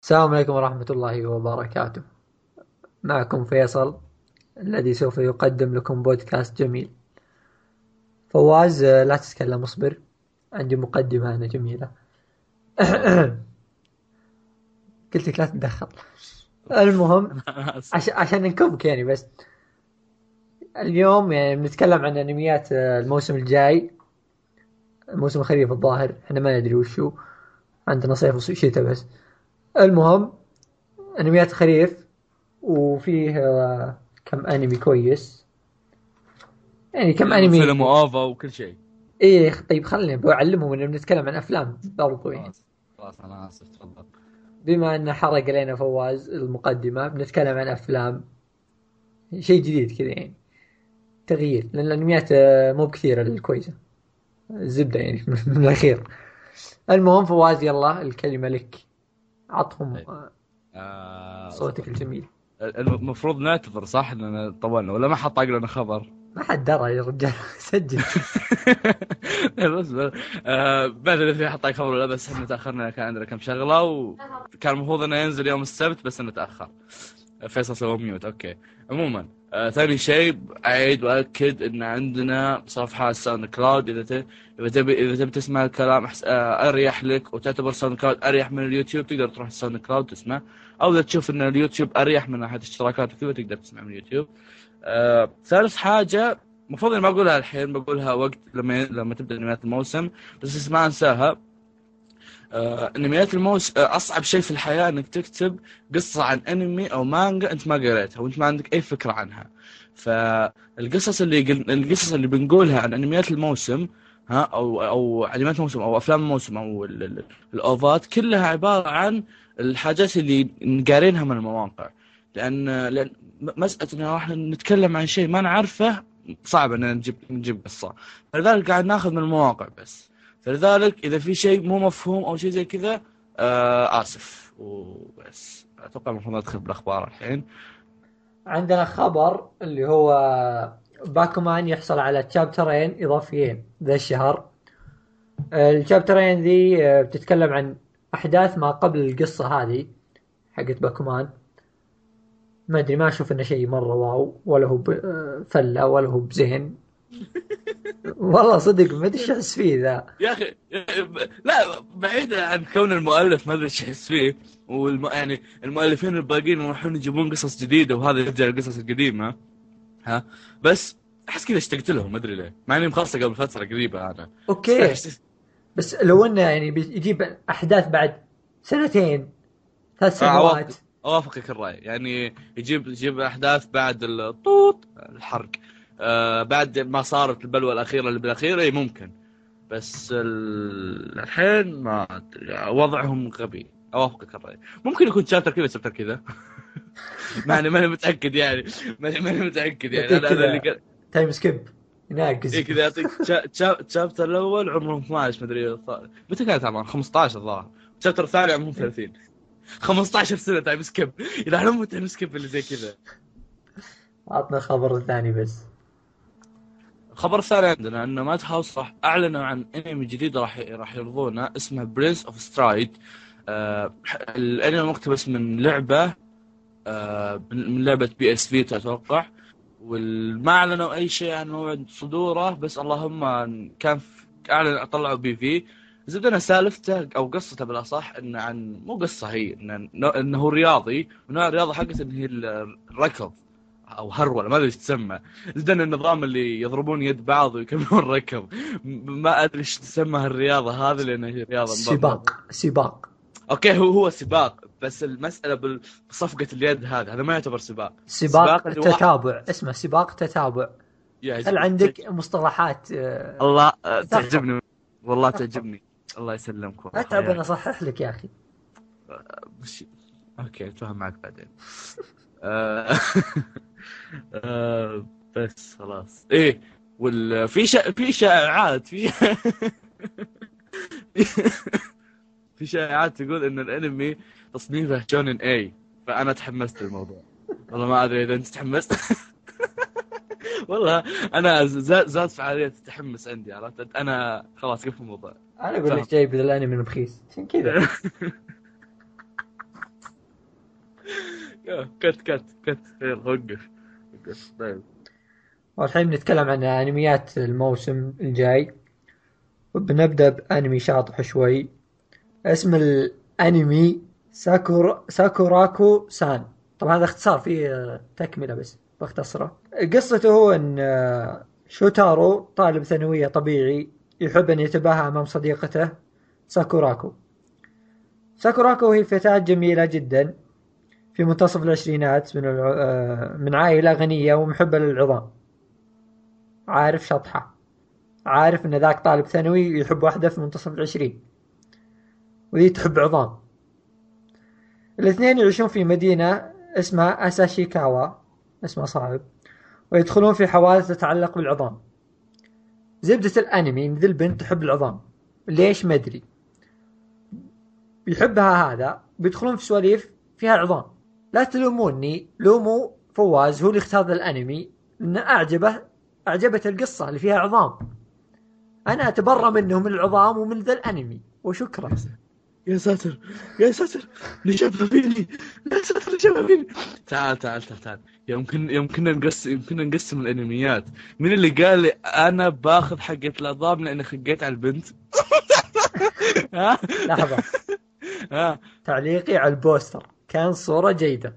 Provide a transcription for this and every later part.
السلام عليكم ورحمة الله وبركاته. معكم فيصل الذي سوف يقدم لكم بودكاست جميل. فواز، لا تتكلم، اصبر. عندي مقدمة أنا جميلة. خلاص. قلت لك لا تتدخل. المهم، أنا آسف. عشان نكبك يعني بس. اليوم يعني بنتكلم عن أنميات الموسم الجاي. الموسم الخريف الظاهر، احنا ما ندري وشو. عندنا صيف وشتاء بس. المهم، أنميات الخريف. وفيه كم أنمي كويس. يعني كم فيلم أنمي. وآفا وكل شيء. ايه طيب، خليني بعلمهم ان بنتكلم عن افلام برضو يعني. خلاص خلاص، أنا آسف، تفضل. بما ان حرق علينا فواز المقدمة، بنتكلم عن افلام. شيء جديد كذا يعني. تغيير، لان الانميات مو بكثيرة الكويسة. الزبدة يعني من الاخير. المهم فواز، يلا الكلمة لك. عطهم طيب. صوتك اصبر. الجميل. المفروض نعتذر صح اننا طولنا ولا ما حط عقلنا خبر؟ ما حد درى يا رجال. سجل. بس ما ادري اذا حط خبر ولا، بس احنا تاخرنا، كان عندنا كم شغله وكان المفروض انه ينزل يوم السبت بس انه تاخر. فيصل سوى ميوت. اوكي. عموما ثاني شيء اعيد واكد ان عندنا صفحه ساوند كلاود. اذا تبي تسمع الكلام اريح لك وتعتبر ساوند كلاود اريح من اليوتيوب، تقدر تروح الساوند كلاود تسمع. او اذا تشوف ان اليوتيوب اريح من ناحيه اشتراكات وكذا، تقدر تسمع من اليوتيوب. ثالث حاجه، المفروض اني ما اقولها الحين، بقولها وقت لما تبدا انميات الموسم. بس ما انساها. انميات الموسم، اصعب شيء في الحياه انك تكتب قصه عن انمي او مانجا انت ما قريتها وانت ما عندك اي فكره عنها. القصص اللي بنقولها عن انميات الموسم، او انميات الموسم او افلام الموسم او الاوفات، كلها عباره عن الحاجات اللي قارينها من المواقع. لان مساله ان احنا نتكلم عن شيء ما نعرفه صعب ان نجيب قصه. فلذلك قاعد ناخذ من المواقع بس. فلذلك إذا في شيء مو مفهوم أو شيء زي كذا، آسف وبس. أتوقع المفروض أدخل بالأخبار الحين. عندنا خبر اللي هو باكومان يحصل على تشابترين اضافيين ذا الشهر. الشابترين ذي بتتكلم عن أحداث ما قبل القصة هذه حقت باكومان. ما أدري، ما أشوف إنه شيء مرة واو، ولا هو فلة، ولا هو بزين. والله صدق ما أدري إيش أحس فيه ذا. يا أخي، لا، بعيدا عن كون المؤلف ما أدري إيش يحس فيه. يعني المؤلفين الباقيين يروحون يجيبون قصص جديدة وهذا يرجع القصص القديمة. ها. بس أحس كذا اشتقت لهم، ما أدري ليه، مع إني مخلصه قبل فترة قريبة أنا. بس أوكي. بس لو إنه يعني بيجيب أحداث بعد سنتين، ثلاث أوافق. سنوات. أوافقك الرأي، يعني يجيب أحداث بعد الطوط الحرق. بعد ما صارت البلوى الأخيرة اللي بالأخيرة، ممكن. بس الحين ما أدري، وضعهم غبي. أوافقك الرأي. ممكن يكون شابتر كذا شابتر كذا. ماني متأكد يعني. ماني متأكد يعني. يعطيك أنا اللي كذا تايم سكيب، إيه يناقز. كذا يعطيك شابتر الأول عمرهم 12 مدري. متى كانت عمرهم 15 الظاهر. الشابتر الثاني عمرهم 30. 15 سنة تايم سكيب. إذا مو تايم سكيب اللي زي كذا. عطنا الخبر الثاني بس. الخبر الثاني عندنا أن ماد هاوس راح أعلنوا عن أنمي جديد راح يرضونه، اسمه برنس أوف سترايد. الأنمي مقتبس من لعبة، من لعبة بي اس في أتوقع. وما أعلنوا أي شيء عن موعد صدوره، بس اللهم أعلن طلعوا بي في. زبدنا سالفته أو قصته بالأصح إنه عن مو قصة، هي إنه هو رياضي، ونوع الرياضة حقته إن هي الركض أو هرولة، ما أدري إيش تسمى. زبدنا النظام اللي يضربون يد بعض ويكملون ركض. ما أدري إيش تسمى هالرياضة هذه، لأن هي رياضة سباق. اوكي. هو سباق، بس المسألة بصفقة اليد، هذا ما يعتبر سباق. سباق سباق اللي واحد. تتابع، اسمه سباق تتابع. يا هل عندك مصطلحات الله، مثقف؟ تعجبني. والله تعجبني. الله يسلمك والله، اتعب انا حياك. اصحح لك يا اخي. مش... اوكي، اتفاهم معك بعدين. آه، بس خلاص ايه. في شائعات في شائعات تقول ان الانمي تصنيفه شونن اي. فانا تحمست للموضوع. والله ما ادري اذا انت تحمست. والله انا زاد فعاليه التحمس عندي، عرفت؟ انا خلاص قفل الموضوع. انا اقول فاهم. لك جايب ذا الانمي رخيص عشان كذا. كت يلا وقف. طيب. والحين بنتكلم عن أنميات الموسم الجاي، وبنبدأ بأنمي شاطح شوي. اسم الأنمي ساكوراكو سان. طبعا هذا اختصار، فيه تكملة بس بختصره. قصته هو أن شوتارو طالب ثانوية طبيعي يحب أن يتباهى أمام صديقته ساكوراكو. ساكوراكو هي فتاة جميلة جدا في منتصف العشرينات، من عائلة غنية ومحبة للعظام. عارف شطحة، عارف ان ذاك طالب ثانوي يحب واحدة في منتصف العشرين، وذي تحب عظام. الاثنين يعيشون في مدينة اسمها أساشيكاوا، اسمها صعب، ويدخلون في حوادث تتعلق بالعظام. زبدة الأنمي إن ذي البنت تحب العظام، ليش ما أدري. بيحبها هذا، بيدخلون في سواليف فيها عظام. لا تلوموني، لوموا فواز، هو اللي اختار الأنمي لأن أعجبته القصة اللي فيها عظام. أنا أتبرى منهم العظام ومن ذا الأنمي وشكرا. يا ساتر يا ساتر، نشبه فيني. يا ساتر نشبه فيني. تعال. يمكن نقسم الانميات. مين اللي قال لي انا باخذ حقة العظام لاني خقيت على البنت؟ ها لحظة، ها. تعليقي على البوستر كان صورة جيدة.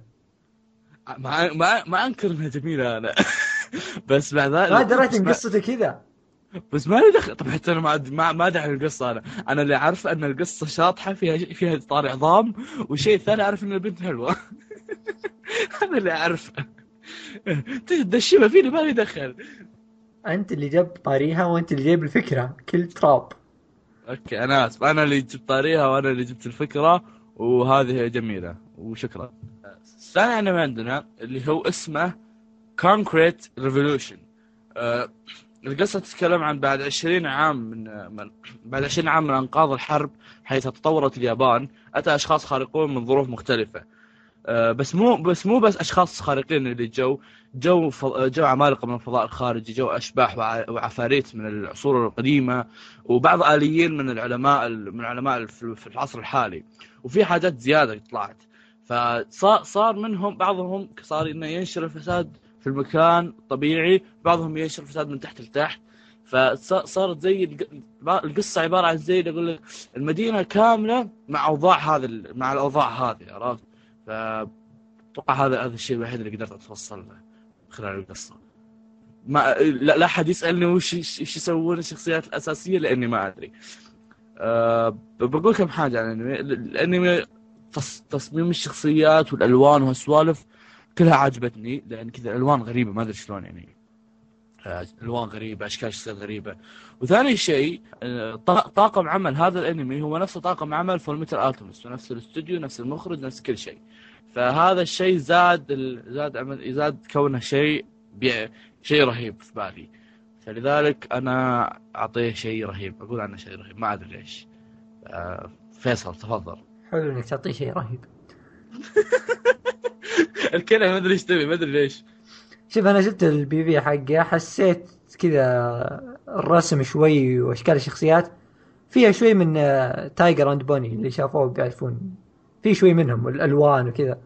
ما انكر انها جميله انا. بس بعد ما ذلك دريت ان قصته كذا. بس ما لي دخل. طب حتى انا ما ادري عن القصه. انا اللي عارف ان القصه شاطحه فيها طاري عظام، والشيء الثاني اعرف ان البنت حلوه. هذا اللي اعرفه. تدشمها فيني ما لي دخل. انت اللي جاب طاريها وانت اللي جايب الفكرة، كل تراب. اوكي انا اسف، انا اللي جبت طاريها وانا اللي جبت الفكره، وهذه جميله وشكرا. الثاني انا ما عندنا اللي هو اسمه Concrete Revolution. القصة تتكلم عن بعد 20 عام بعد 20 عام من أنقاض الحرب، حيث تطورت اليابان. أتى أشخاص خارقون من ظروف مختلفة. بس مو بس أشخاص خارقين اللي جو عمالقة من الفضاء الخارجي، جو أشباح وعفاريت من العصور القديمة، وبعض آليين من العلماء في العصر الحالي، وفي حاجات زيادة طلعت. فصار منهم بعضهم صار إنه ينشر الفساد في المكان طبيعي، بعضهم ينشر الفساد من تحت لتحت. فصارت زي القصة عبارة عن زي يقول لك المدينة كاملة مع الأوضاع هذه، عرفت؟ فأتوقع هذا الشيء الوحيد اللي قدرت أتوصل له خلال القصة. ما لا أحد يسألني وش يسوون الشخصيات الأساسية لأني ما أدري. بقول كم حاجة عن الأنمي. تصميم الشخصيات والألوان والسوالف كلها عجبتني، لأن كذا الألوان غريبة ما أدري شلون يعني. ألوان غريبة، أشكال شخصيات غريبة. وثاني شيء طاقم عمل هذا الأنمي هو نفس طاقم عمل فولميتال ألتيميست، ونفس الاستوديو، نفس المخرج، نفس كل شيء. فهذا الشيء زاد كونه شيء رهيب في بالي. فلذلك أنا أعطيه شيء رهيب، أقول عنه شيء رهيب، ما أدري ليش. فيصل تفضل. حلو انك تعطيه شيء رهيب. الكلمة ما أدري إيش تبي، ما أدري ليش. شوف، انا شفت البي في حقه، حسيت كذا الرسم شوي واشكال الشخصيات فيها شوي من تايجر اند بوني اللي شافوه بيعرفون، في شوي منهم والالوان وكذا.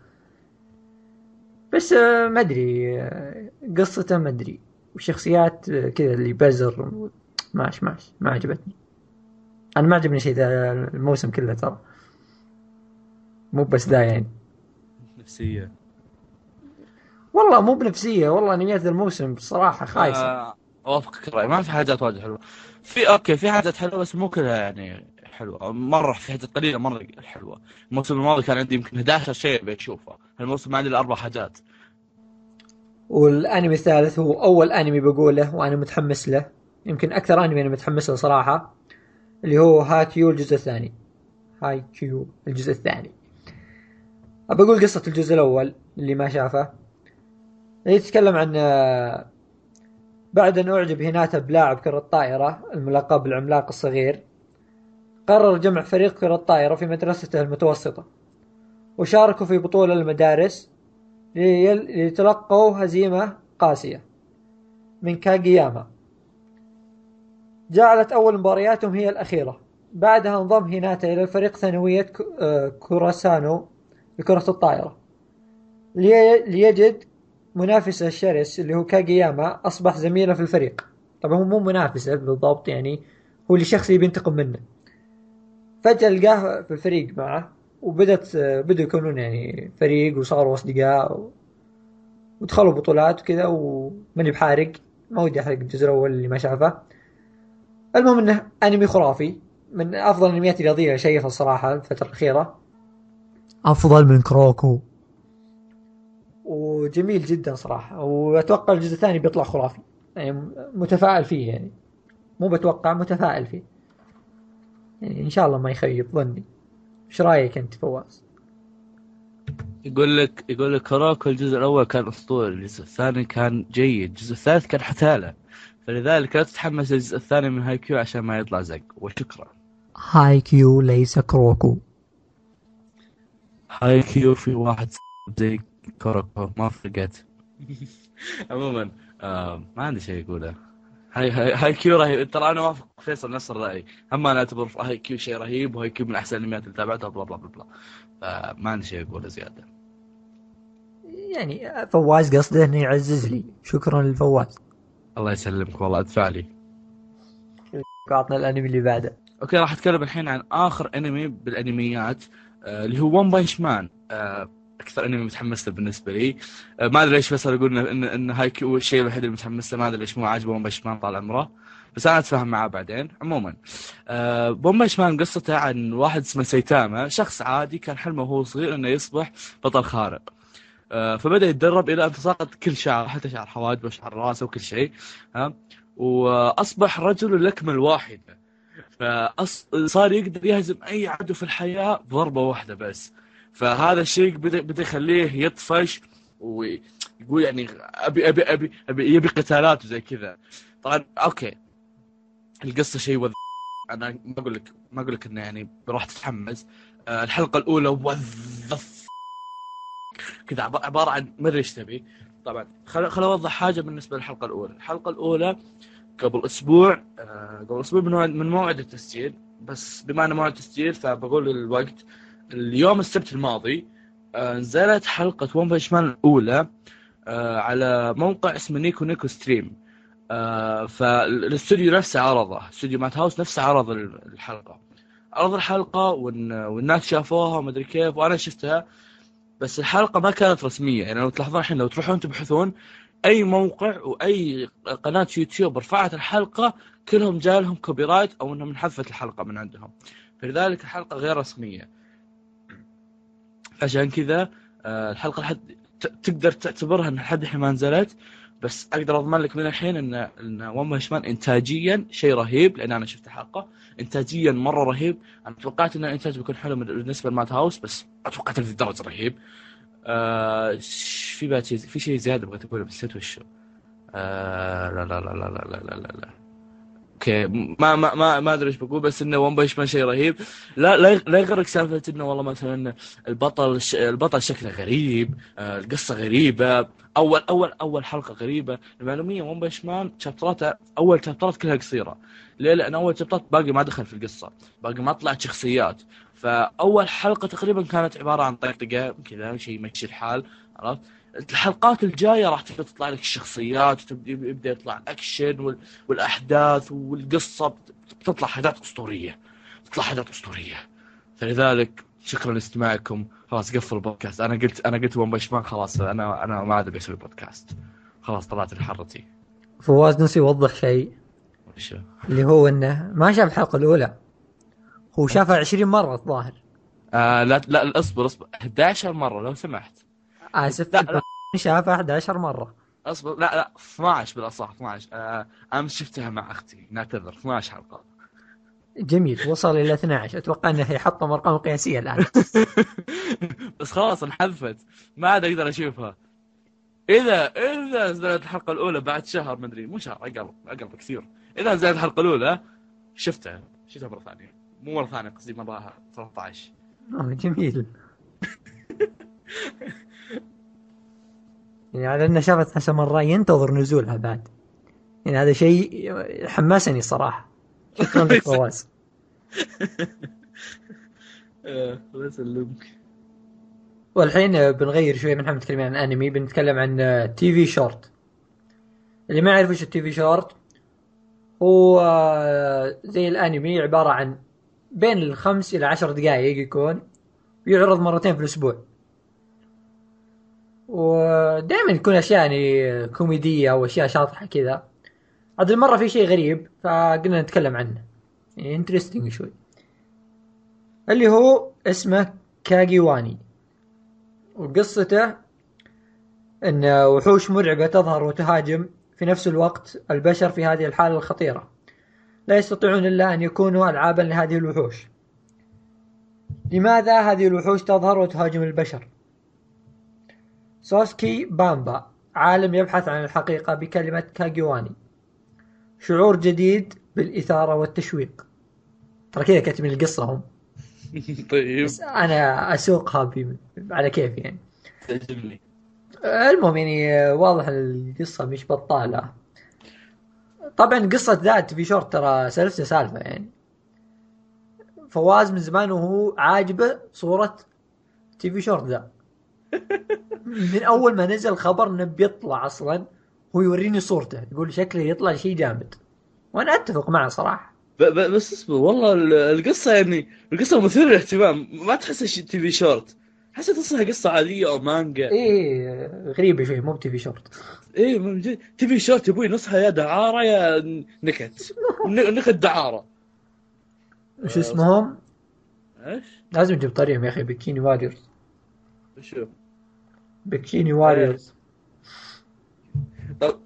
بس ما ادري، قصته ما ادري، والشخصيات كذا اللي بزر ماش ما عجبتني. انا ما عجبني شيء ذا الموسم كله ترى، مو بس ذا يعني. نفسية. والله مو بنفسية، والله انميات الموسم بصراحة خايسة. أوافقك الرأي، ما في حاجات واجد حلوة. أوكي في حاجات حلوة بس مو كلها يعني حلوة مرة، في حاجات قليلة مرة حلوة. الموسم الماضي كان عندي يمكن 11 شيء بشوفه، الموسم عندي الأربع حاجات. والانمي الثالث هو اول انمي بقوله وانا متحمس له، يمكن اكثر انمي انا متحمس له صراحة، اللي هو هاكيو الجزء الثاني. هايكيو الجزء الثاني. بقول قصة الجزء الاول اللي ما شافه. يتكلم عن بعد أن أعجب هيناتا بلاعب كرة الطائرة الملقب بالعملاق الصغير، قرر جمع فريق كرة الطائرة في مدرسته المتوسطة، وشاركوا في بطولة المدارس ليتلقوا هزيمة قاسية من كاغياما. جعلت أول مبارياتهم هي الأخيرة. بعدها انضم هيناتا إلى الفريق ثانوية كوراسانو لكرة الطائرة، ليجد منافسه شرس اللي هو كاغياما، اصبح زميله في الفريق. طبعا هو مو منافسه بالضبط يعني، هو اللي شخص يبي ينتقم منه. فجأة لقاه في الفريق معه، بدوا يكونون يعني فريق وصاروا أصدقاء ودخلوا بطولات وكذا. وماني بحارق، ما ودي أحرق الجزء الأول اللي ما شافه. المهم إنه أنمي خرافي، من أفضل الأنميات الرياضية اللي شايفها الصراحة الفترة الأخيرة، أفضل من كروكو. وجميل جدا صراحة، وأتوقع الجزء الثاني بيطلع خرافي يعني. متفائل فيه يعني، مو بتوقع، متفائل فيه يعني، إن شاء الله ما يخيب ظني. إيش رأيك أنت فواز؟ يقول لك كوراكو الجزء الاول كان اسطوري، الجزء الثاني كان جيد، الجزء الثالث كان حتاله، فلذلك لا تتحمس الجزء الثاني من هاي كيو عشان ما يطلع زق. وشكرا. هاي كيو ليس كروكو. هاي كيو في واحد زي كوراكو ما فرقت. عموما ما عندي شيء اقوله. هاي كيو رهيب، ترى انا وافق فيصل نفس الراي. اما انا اعتبر هاي كيو شيء رهيب، وهاي كيو من احسن الانميات اللي تابعتها، بلا بلا بلا بلا. فما عندي شيء اقوله زياده. يعني فواز قصده انه يعزز لي، شكرا للفواز. الله يسلمك والله، ادفع لي. عطنا الانمي اللي بعده. اوكي، راح اتكلم الحين عن اخر انمي بالانميات، اللي هو ون بانش مان. اكثر انمي متحمس له بالنسبه لي. ما ادري ليش، بس اقول ان هاي كيو الشيء الوحيد اللي متحمس له. ما ادري ليش مو عاجبه ون بانش مان طال عمره، بس انا اتفاهم معاه بعدين. عموما ون بانش مان قصته عن واحد اسمه سيتاما، شخص عادي كان حلمه وهو صغير انه يصبح بطل خارق. فبدأ يتدرب إلى أن تساقط كل شعر، حتى شعر حواجبه وشعر راسه وكل شيء. ها، وأصبح رجل الأكمل واحدة. فصار يقدر يهزم أي عدو في الحياة بضربة واحدة بس. فهذا الشيء بدأ يخليه يطفش، ويقول يعني أبي يبي قتالات وزي كذا. طبعا أوكي، القصة شيء أنا ما أقول لك إنه يعني راح تتحمس. الحلقة الأولى كذا عباره عن مدري ايش تبي. طبعا خل اوضح حاجه بالنسبه للحلقه الاولى. الحلقه الاولى قبل اسبوع، من موعد التسجيل، بس بما انه موعد التسجيل فبقول الوقت. اليوم السبت الماضي نزلت حلقه ون بانش مان الاولى على موقع اسمه نيكو ستريم. فالاستوديو نفسه عرضه، استوديو مات هاوس نفسه عرض الحلقه والناس شافوها وما ادري كيف، وانا شفتها. بس الحلقة ما كانت رسمية، يعني لو تلاحظون الحين، لو تروحون تبحثون أي موقع وأي قناة يوتيوب رفعت الحلقة، كلهم جالهم كوبي رايت أو أنهم انحذفت الحلقة من عندهم. فلذلك الحلقة غير رسمية. عشان كذا الحلقة تقدر تعتبرها أن لحد الحين ما نزلت. بس أقدر أضمن لك من الحين أن ون بانش مان إنتاجيا شيء رهيب، لأن أنا شفت الحلقة. إنتاجيا مرة رهيب. أنا توقعت أن الإنتاج بيكون حلو بالنسبة لمات هاوس، بس أتوقعت لهذه الدرجة رهيب. في بعد شيء، في شيء زيادة بغيت أقوله بس نسيت وشه. لا لا لا لا لا لا لا لا. اوكي، ما ادري ايش بقول، بس انه ون بانش مان شيء رهيب. لا يغرك سالفه انه والله مثلا البطل شكله غريب، القصه غريبه. اول حلقه غريبه. المعلوميه ون بانش مان شابتراته، اول شابترات كلها قصيره. ليه؟ لان اول شابترات باقي ما دخل في القصه، باقي ما طلعت شخصيات. فاول حلقه تقريبا كانت عباره عن طقطقه كذا، شيء يمشي الحال. عرفت؟ الحلقات الجايه راح تبدا تطلع لك الشخصيات، ويبدا يطلع الاكشن والاحداث والقصه، بتطلع حاجات اسطوريه، تطلع حاجات اسطوريه. فلذلك شكرا لاستماعكم. خلاص قفل البودكاست. انا قلت ون بانش مان، خلاص انا ما عاد بسوي بودكاست. خلاص طلعت لحرتي. فواز نسي يوضح شيء، وش اللي هو انه ما شاف الحلقة الاولى، هو شافها 20 مرة الظاهر. لا لا، اصبر 11 مره لو سمحت. اسف، لا لا، شافها 11 مرة. اصبر، لا 12 بالاصح، 12. امس شفتها مع اختي، نعتذر، 12 حلقه. جميل، وصل الى 12. اتوقع انه يحطم ارقام قياسية الان. بس خلاص انحذفت، ما عاد اقدر اشوفها. اذا نزلت الحلقه الاولى بعد شهر، ما ادري، مو شهر، اقل بكثير. اذا نزلت الحلقه الاولى شفتها مره ثانيه، مو مره ثانيه، قصدي مره 13. جميل. يعني على انه شافت 10 مرة ينتظر نزولها بعد، يعني هذا شيء حمسني صراحة. شكرا لك فواز. الله يسلمك. والحين بنغير شوي من حمد نتكلم عن انمي، بنتكلم عن تي في شورت. اللي ما يعرف ايش التي في شورت، هو زي الانمي، عبارة عن بين الخمس الى 10 دقائق يكون، ويعرض مرتين في الاسبوع. ودائما يكون اشياء يعني كوميدية او اشياء شاطحة كذا. هذه المرة في شيء غريب فقلنا نتكلم عنه، يعني انترستنج شوي، اللي هو اسمه كاجيواني. وقصته ان وحوش مرعبة تظهر وتهاجم في نفس الوقت البشر في هذه الحالة الخطيرة، لا يستطيعون إلا أن يكونوا ألعابا لهذه الوحوش. لماذا هذه الوحوش تظهر وتهاجم البشر؟ سوسكي بامبا عالم يبحث عن الحقيقة بكلمة كاجيواني، شعور جديد بالإثارة والتشويق. ترى كذا كاتبين القصة هم، طيب. بس أنا أسوقها على كيف يعني. تعجبني. المهم يعني واضح القصة مش بطالة. طبعا قصة ذات في شورت ترى سالفته سالفة يعني. فواز من زمان وهو عاجبه صورة تي في شورت ذا، من اول ما نزل خبر انه بيطلع اصلا هو يوريني صورته، يقول شكله يطلع شيء جامد، وانا اتفق معه صراحه. بس اصبر والله القصة يعني القصة مثيرة للاهتمام، ما تحسها شيء تي في شورت، حسيت اصلها قصة عادية او مانجا. ايه غريبه شوي، مو تي في شورت. ايه من جد تي في شورت يا ابوي، نصها يا دعارة يا نكت، نكت دعارة. وش صح. اسمهم؟ ايش؟ لازم نجيب طريقهم يا اخي، بيكيني واريورز. شو؟ بيكيني ايه. واريورز. طب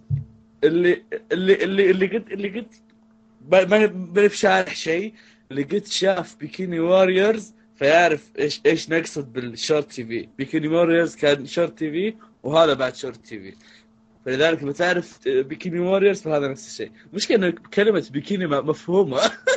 اللي قد ما بشارح شيء، اللي قد شاف بيكيني واريورز فيعرف ايش نقصد بالشورت تي في. بيكيني واريورز كان شورت تي في، وهذا بعد شورت تي في، فلذلك بتعرف بيكيني واريورز فهذا نفس الشيء. مشكلة ان كلمة بيكيني مفهومة.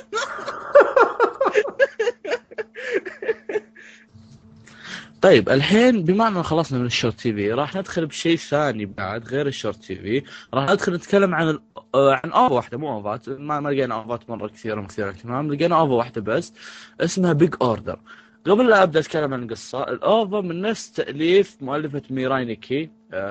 طيب الحين بما اننا خلصنا من الشورت تي في، راح ندخل بشيء ثاني بعد غير الشورت تي في. راح ندخل نتكلم عن عن اوفا واحده، مو اوفات، ما لقينا اوفات مره كثيره مثيره للاهتمام، لقينا اوفا واحده بس اسمها بيج اوردر. قبل لا ابدا اتكلم عن القصه، الاوفا من نفس تاليف مؤلفه ميراي نيكي،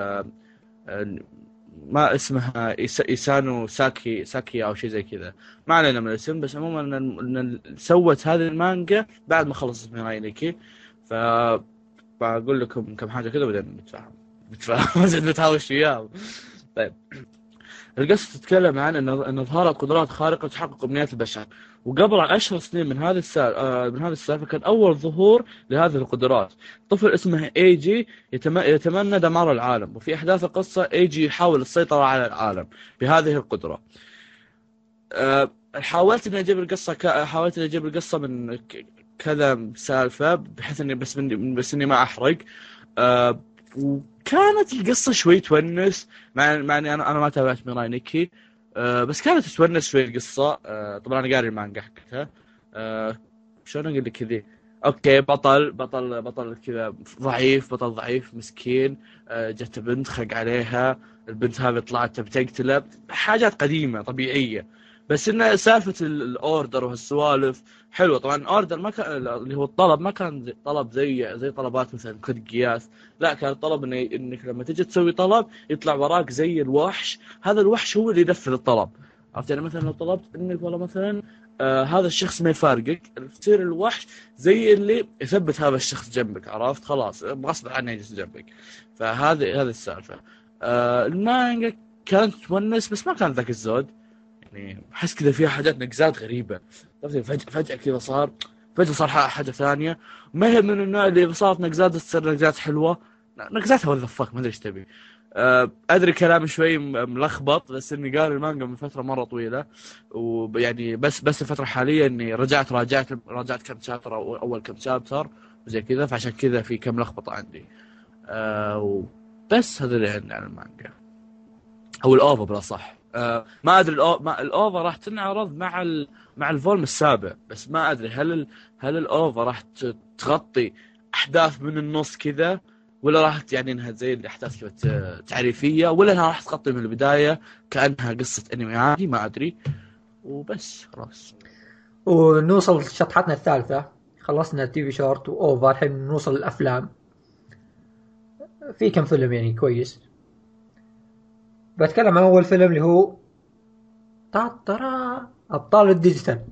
ما اسمها إيسانو ساكي او شيء زي كذا، ما علينا من الاسم. بس عموما ان سوت هذه المانجا بعد ما خلصت ميراي نيكي. ف بقول لكم كم حاجة كذا بعدين نتفاهم نتهاوش وياهم. طيب، القصة تتكلم عن أن ظهرت قدرات خارقة تحقق أمنيات البشر. وقبل 10 سنين من هذه السالفة كان أول ظهور لهذه القدرات. طفل اسمه ايجي يتمنى دمار العالم، وفي أحداث القصة ايجي يحاول السيطرة على العالم بهذه القدرة. حاولت اني اجيب القصة من كذا سالفة بحيث اني بس اني ما احرق. وكانت القصة شوي تونس، مع اني انا ما تابعت ميراي نيكي. بس كانت تونس شوي القصة. طبعا انا قاري المانجا حقتها. شلون اقول لك كذي؟ اوكي، بطل كذا ضعيف، بطل ضعيف مسكين. جت بنت خق عليها، البنت هذه طلعت بتقتله، حاجات قديمة طبيعية. بس إن سالفة الأوردر وهالسوالف حلوة. طبعا الأوردر ما كان اللي هو الطلب، ما كان طلب زي طلبات مثلا كود قياس. لا، كان الطلب إنك لما تجي تسوي طلب يطلع وراك زي الوحش. هذا الوحش هو اللي ينفذ الطلب. عرفت يعني؟ مثلا لو طلبت إنك والله مثلا هذا الشخص ما يفارقك، تصير الوحش زي اللي يثبت هذا الشخص جنبك. عرفت؟ خلاص غصب عنه يجلس جنبك. فهذه السالفة. المانجا كانت تونس بس ما كان ذاك الزود. يعني احس كذا فيها حاجات نقزات غريبه. فجاه كذا صار حاجه ثانيه. ما هي من النوع اللي صارت نقزات تصير نقزات حلوه. نقزاتها ولا فك، ما ادري ايش تبي. ادري كلام شوي ملخبط، بس اني قاري المانجا من فتره مره طويله. ويعني بس الفتره الحاليه اني راجعت كم شابتر او اول كم شابتر وزي كذا، فعشان كذا في كم لخبطه عندي. بس هذا اللي عندي عن المانجا او الاوفا بلا صح. ما ادري الاوفا راح تنعرض مع الفولم السابع، بس ما ادري هل الاوفا راح تغطي احداث من النص كذا، ولا راح يعني انها زي الاحداث كذا تعريفيه، ولا انها راح تغطي من البدايه كانها قصه انمي عادي. ما ادري. وبس خلاص. ونوصل شطحتنا الثالثة. خلصنا تي في شورت وأوفر، الحين نوصل للأفلام. في كم فيلم يعني كويس. بتكلم عن اول فيلم اللي هو طاطرا ابطال الديجيتال.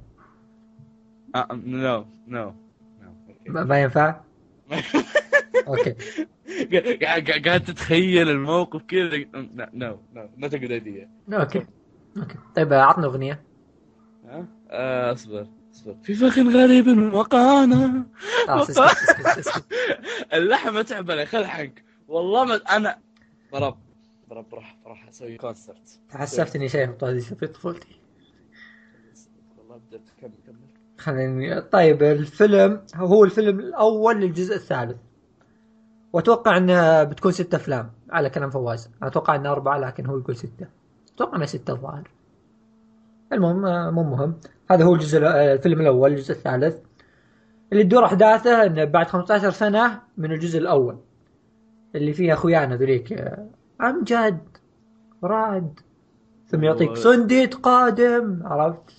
نو نو نو. ما ينفع. اوكي. قاعد تتخيل الموقف كذا. نو نو نوت جود ايديا. اوكي. اوكي طيب عطنا اغنيه. ها اصبر اصبر. في فخ غريب وقعنا خلاص اسكت اسكت اسكت. اللحمه تعبانه خل حق. والله ما انا ضرب ضرب راح اسوي كونسرت. تحسفت اني شايف ابطال الديجيتال في طفولتي. والله بدأت كمل. خليني طيب الفيلم هو الفيلم الاول للجزء الثالث، واتوقع انه بتكون 6 افلام على كلام فواز. اتوقع انه 4 لكن هو يقول 6. اتوقع انه 6 الظاهر. المهم مو مهم. هذا هو الجزء الفيلم الاول. الجزء الثالث اللي تدور احداثه انه بعد 15 سنة من الجزء الاول، اللي فيه اخويانا ذوليك امجد رعد، ثم يعطيك صنديد قادم. عرفت؟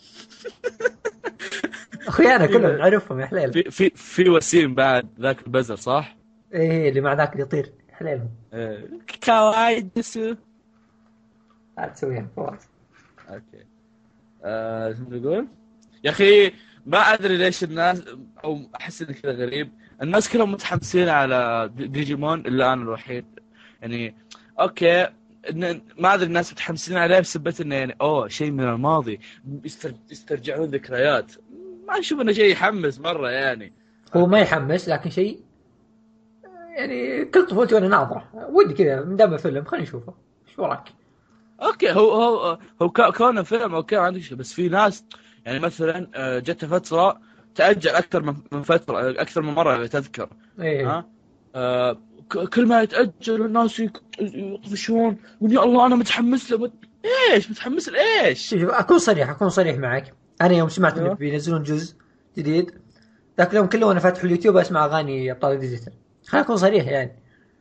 اخويانا كلهم نعرفهم يا حليل. في وسيم بعد ذاك البزر صح؟ ايه اللي مع ذاك اللي يطير حليلهم. كواي دسو. لا تسويها فواز. اوكي. شو تقول؟ يا اخي ما ادري ليش الناس، او احس ان كذا غريب، الناس كلهم متحمسين على ديجيمون الا انا الوحيد. يعني اوكي ما ادري الناس متحمسين عليه بسبب انه يعني شيء من الماضي، يسترجعون ذكريات. ما اشوف انه شيء يحمس مره يعني. هو ما يحمس لكن شيء يعني كل طفولتي وانا ناظره ودي كذا من دام فيلم خلينا نشوفه. ايش وراك؟ اوكي هو كونه فيلم اوكي ما عندي شيء، بس في ناس يعني مثلا جت فتره تاجل اكثر من فتره، اكثر من مره تذكر. ايه ها كل ما يتاجل الناس يقفشون يا الله انا متحمس له. ايش متحمس لايش؟ شوف اكون صريح معك. انا يوم سمعت انه ايوه بينزلون جزء جديد ذاك اليوم كله وانا فاتح اليوتيوب اسمع اغاني ابطال الديجيتال. خليني اكون صريح يعني.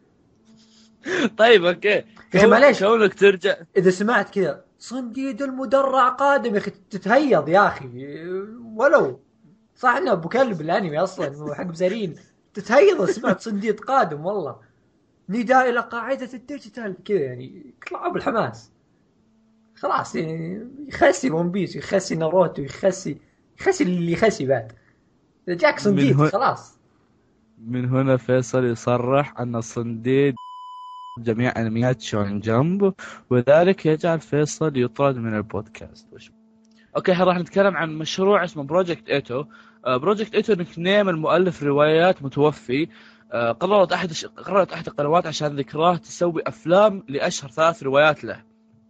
طيب اوكي. يا اخي معليش كونك ترجع اذا سمعت كذا صنديد المدرع قادم يا اخي تتهيض يا اخي. ولو صح انه ابو كلب الانمي اصلا وحق بزارين تتهيض إذا سمعت صنديد قادم. والله نداء الى قاعده الديجيتال كذا يعني يطلعوا بالحماس. خلاص يعني يخسي ون بيس يخسي ناروتو يخسي اللي يخسي بعد. اذا جاك من صنديد هنا خلاص. من هنا فيصل يصرح ان صنديد جميع انميات شون جامب، وذلك يجعل فيصل يطرد من البودكاست. اوكي راح نتكلم عن مشروع اسمه بروجكت ايتو. بروجكت ايتو نيك نيم المؤلف روايات متوفي. قررت احد القنوات عشان ذكراه تسوي افلام لاشهر 3 روايات له.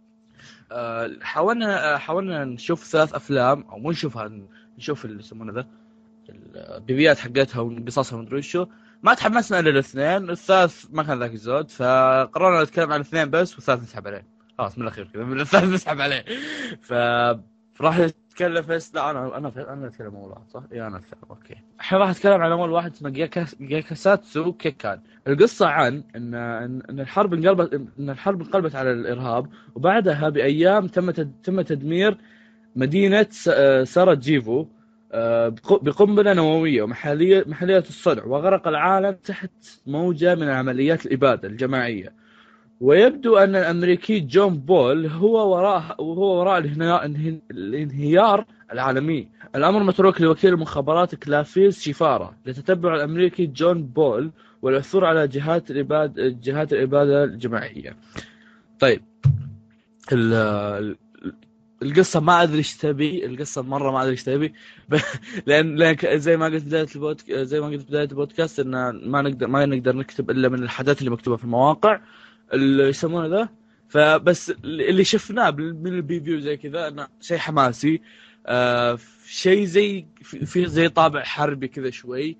حاولنا نشوف 3 افلام او مو نشوفها، نشوف اللي يسمونه ذا البيبيات حقتها وقصصها ومدري شو. ما تحمسنا الا الاثنين، الثالث ما كان ذاك الزود، فقررنا نتكلم عن الاثنين بس والثالث نسحب عليه. خلاص من الاخير كذا من الثالث نسحب عليه. راح نتكلم بس لا انا اتكلم اول واحد صح؟ اي انا اتكلم اوكي. الحين راح اتكلم عن اول واحد اسمه جيكاساتسو كيكان. القصه عن ان الحرب انقلبت على الارهاب، وبعدها بايام تم تدمير مدينه ساراجيفو بقنبله نوويه محليه الصنع، وغرق العالم تحت موجه من عمليات الاباده الجماعيه. ويبدو أن الأمريكي جون بول هو وراء الانهيار العالمي. الأمر متروك لوكيل المخابرات كلافيس شيفارا لتتبع الأمريكي جون بول والعثور على جهات الإبادة الجماعية. طيب القصة ما أدري إيش تبي، القصة مرة ما أدري إيش تبي. لأن زي ما قلت بداية البودكاست إن ما نقدر نكتب إلا من الحاجات اللي مكتوبة في المواقع اللي يسمونه ذا. فبس اللي شفناه من البيفيو زي كذا انه شيء حماسي، شيء في زي طابع حربي كذا شوي.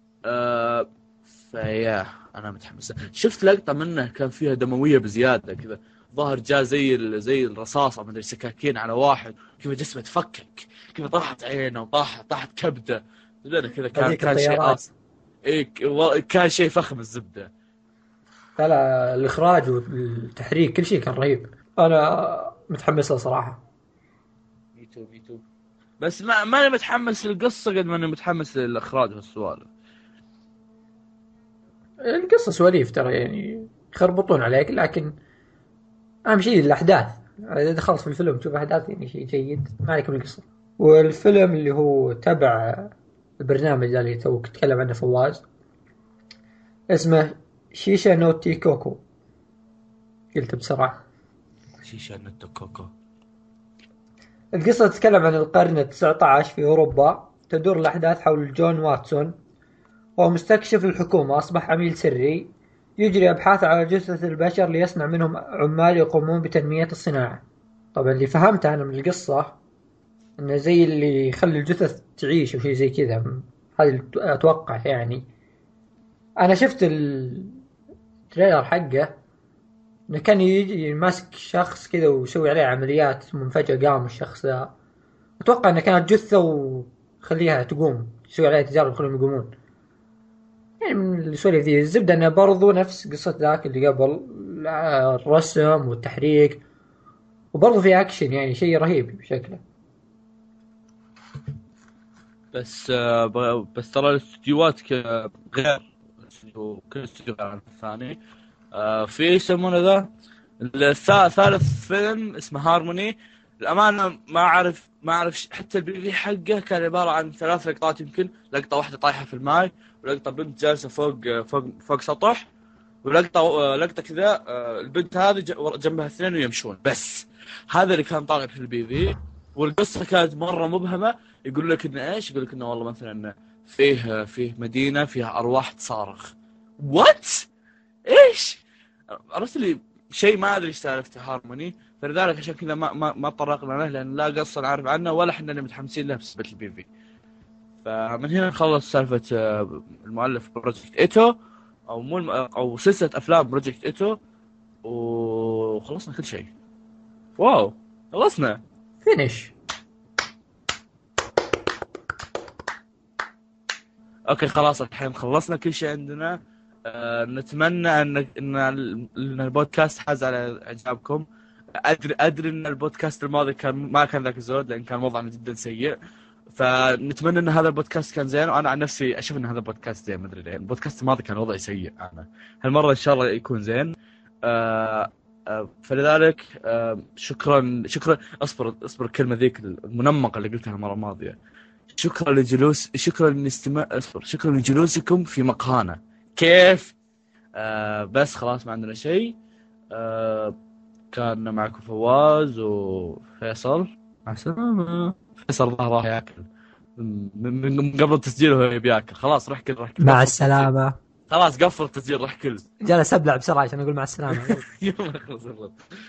فيا انا متحمس. شفت لقطه منه كان فيها دمويه بزياده كذا، ظهر جاء زي الرصاصه ما ادري سكاكين على واحد كيف جسمه تفكك، كيف طاحت عينه وطاحت كبده كذا. كان شيء كان شيء فخم الزبده. لا الاخراج والتحريك كل شيء كان رهيب. انا متحمس له صراحه. ميتو بس ما انا متحمس للقصه قد ما انا متحمس للاخراج والسوالف. القصه سواليف ترى يعني يخربطون عليك، لكن اهم شيء الاحداث. اذا دخلت في الفيلم تشوف احداث يعني شيء جيد، ما عليك من القصه. والفيلم اللي هو تبع البرنامج اللي توك تكلم عنه فواز اسمه شيشا نوتي كوكو. قلت بسرعه. شيشة نت كوكو. القصة تتكلم عن القرن ال19 في أوروبا، تدور الأحداث حول جون واتسون، وهو مستكشف الحكومة أصبح عميل سري يجري أبحاث على جثث البشر ليصنع منهم عمال يقومون بتنمية الصناعة. طبعا اللي فهمته أنا من القصة إنه زي اللي يخلي الجثث تعيش أو شيء زي كذا، هذا أتوقع يعني. أنا شفت التريلر حقه إنه كان يجي ماسك شخص كذا ويسوي عليه عمليات، ثم فجأة قام الشخص ذا. أتوقع إنها كانت جثة وخليها تقوم، يسوي عليها تجارب يخليهم يقومون. يعني من السوالف ذي الزبدة انه برضو نفس قصة ذاك اللي قبل، الرسم والتحريك، وبرضو في اكشن، يعني شيء رهيب بشكله. بس ترى الاستديوهات غير كل استديو غير عن الثاني. في يسمونه ذا الثالث فيلم اسمه هارموني. الأمانة ما أعرف حتى البي في حقه كان عبارة عن 3 لقطات، يمكن لقطة واحدة طايحة في الماء، ولقطة بنت جالسة فوق سطح، لقطة كذا البنت هذه جنبها 2 ويمشون. بس هذا اللي كان طالع في البي في. والقصة كانت مرة مبهمة. يقول لك إنه إيش؟ يقول لك إنه والله مثلا فيه مدينة فيها أرواح تصارخ. وات؟ إيش؟ عرفت لي شيء ما أدري إيش سالفته هارموني. فلذلك عشان كذا ما طرقنا له، لأن لا قصة نعرف عنه ولا إحنا متحمسين له بسبب البي في. فمن هنا نخلص سالفة المؤلف بروجكت إيتو، أو مو أو سلسلة أفلام بروجكت إيتو، وخلصنا كل شيء. واو خلصنا فينيش. اوكي خلاص الحين خلصنا كل شيء عندنا. نتمنى ان البودكاست حاز على اعجابكم. ادري ان البودكاست الماضي ما كان ذاك الزود، لان كان وضعنا جدا سيء. فنتمنى ان هذا البودكاست كان زين، وانا عن نفسي اشوف ان هذا البودكاست زين. ما ادري ليه البودكاست الماضي كان وضعي سيء. انا هالمره ان شاء الله يكون زين. فلذلك شكرا اصبر الكلمه ذيك المنمقه اللي قلتها المره الماضيه. شكرا لجلوسكم في مقهانا. كيف؟ بس خلاص ما عندنا شيء. كان معكم فواز وفيصل. مع السلامة. فيصل راح ياكل من قبل التسجيل وهو يبياكل. خلاص روح كل مع السلامة. خلاص قفل التسجيل روح كل. جالس ابلع بسرعة عشان اقول مع السلامة. يلا خلص.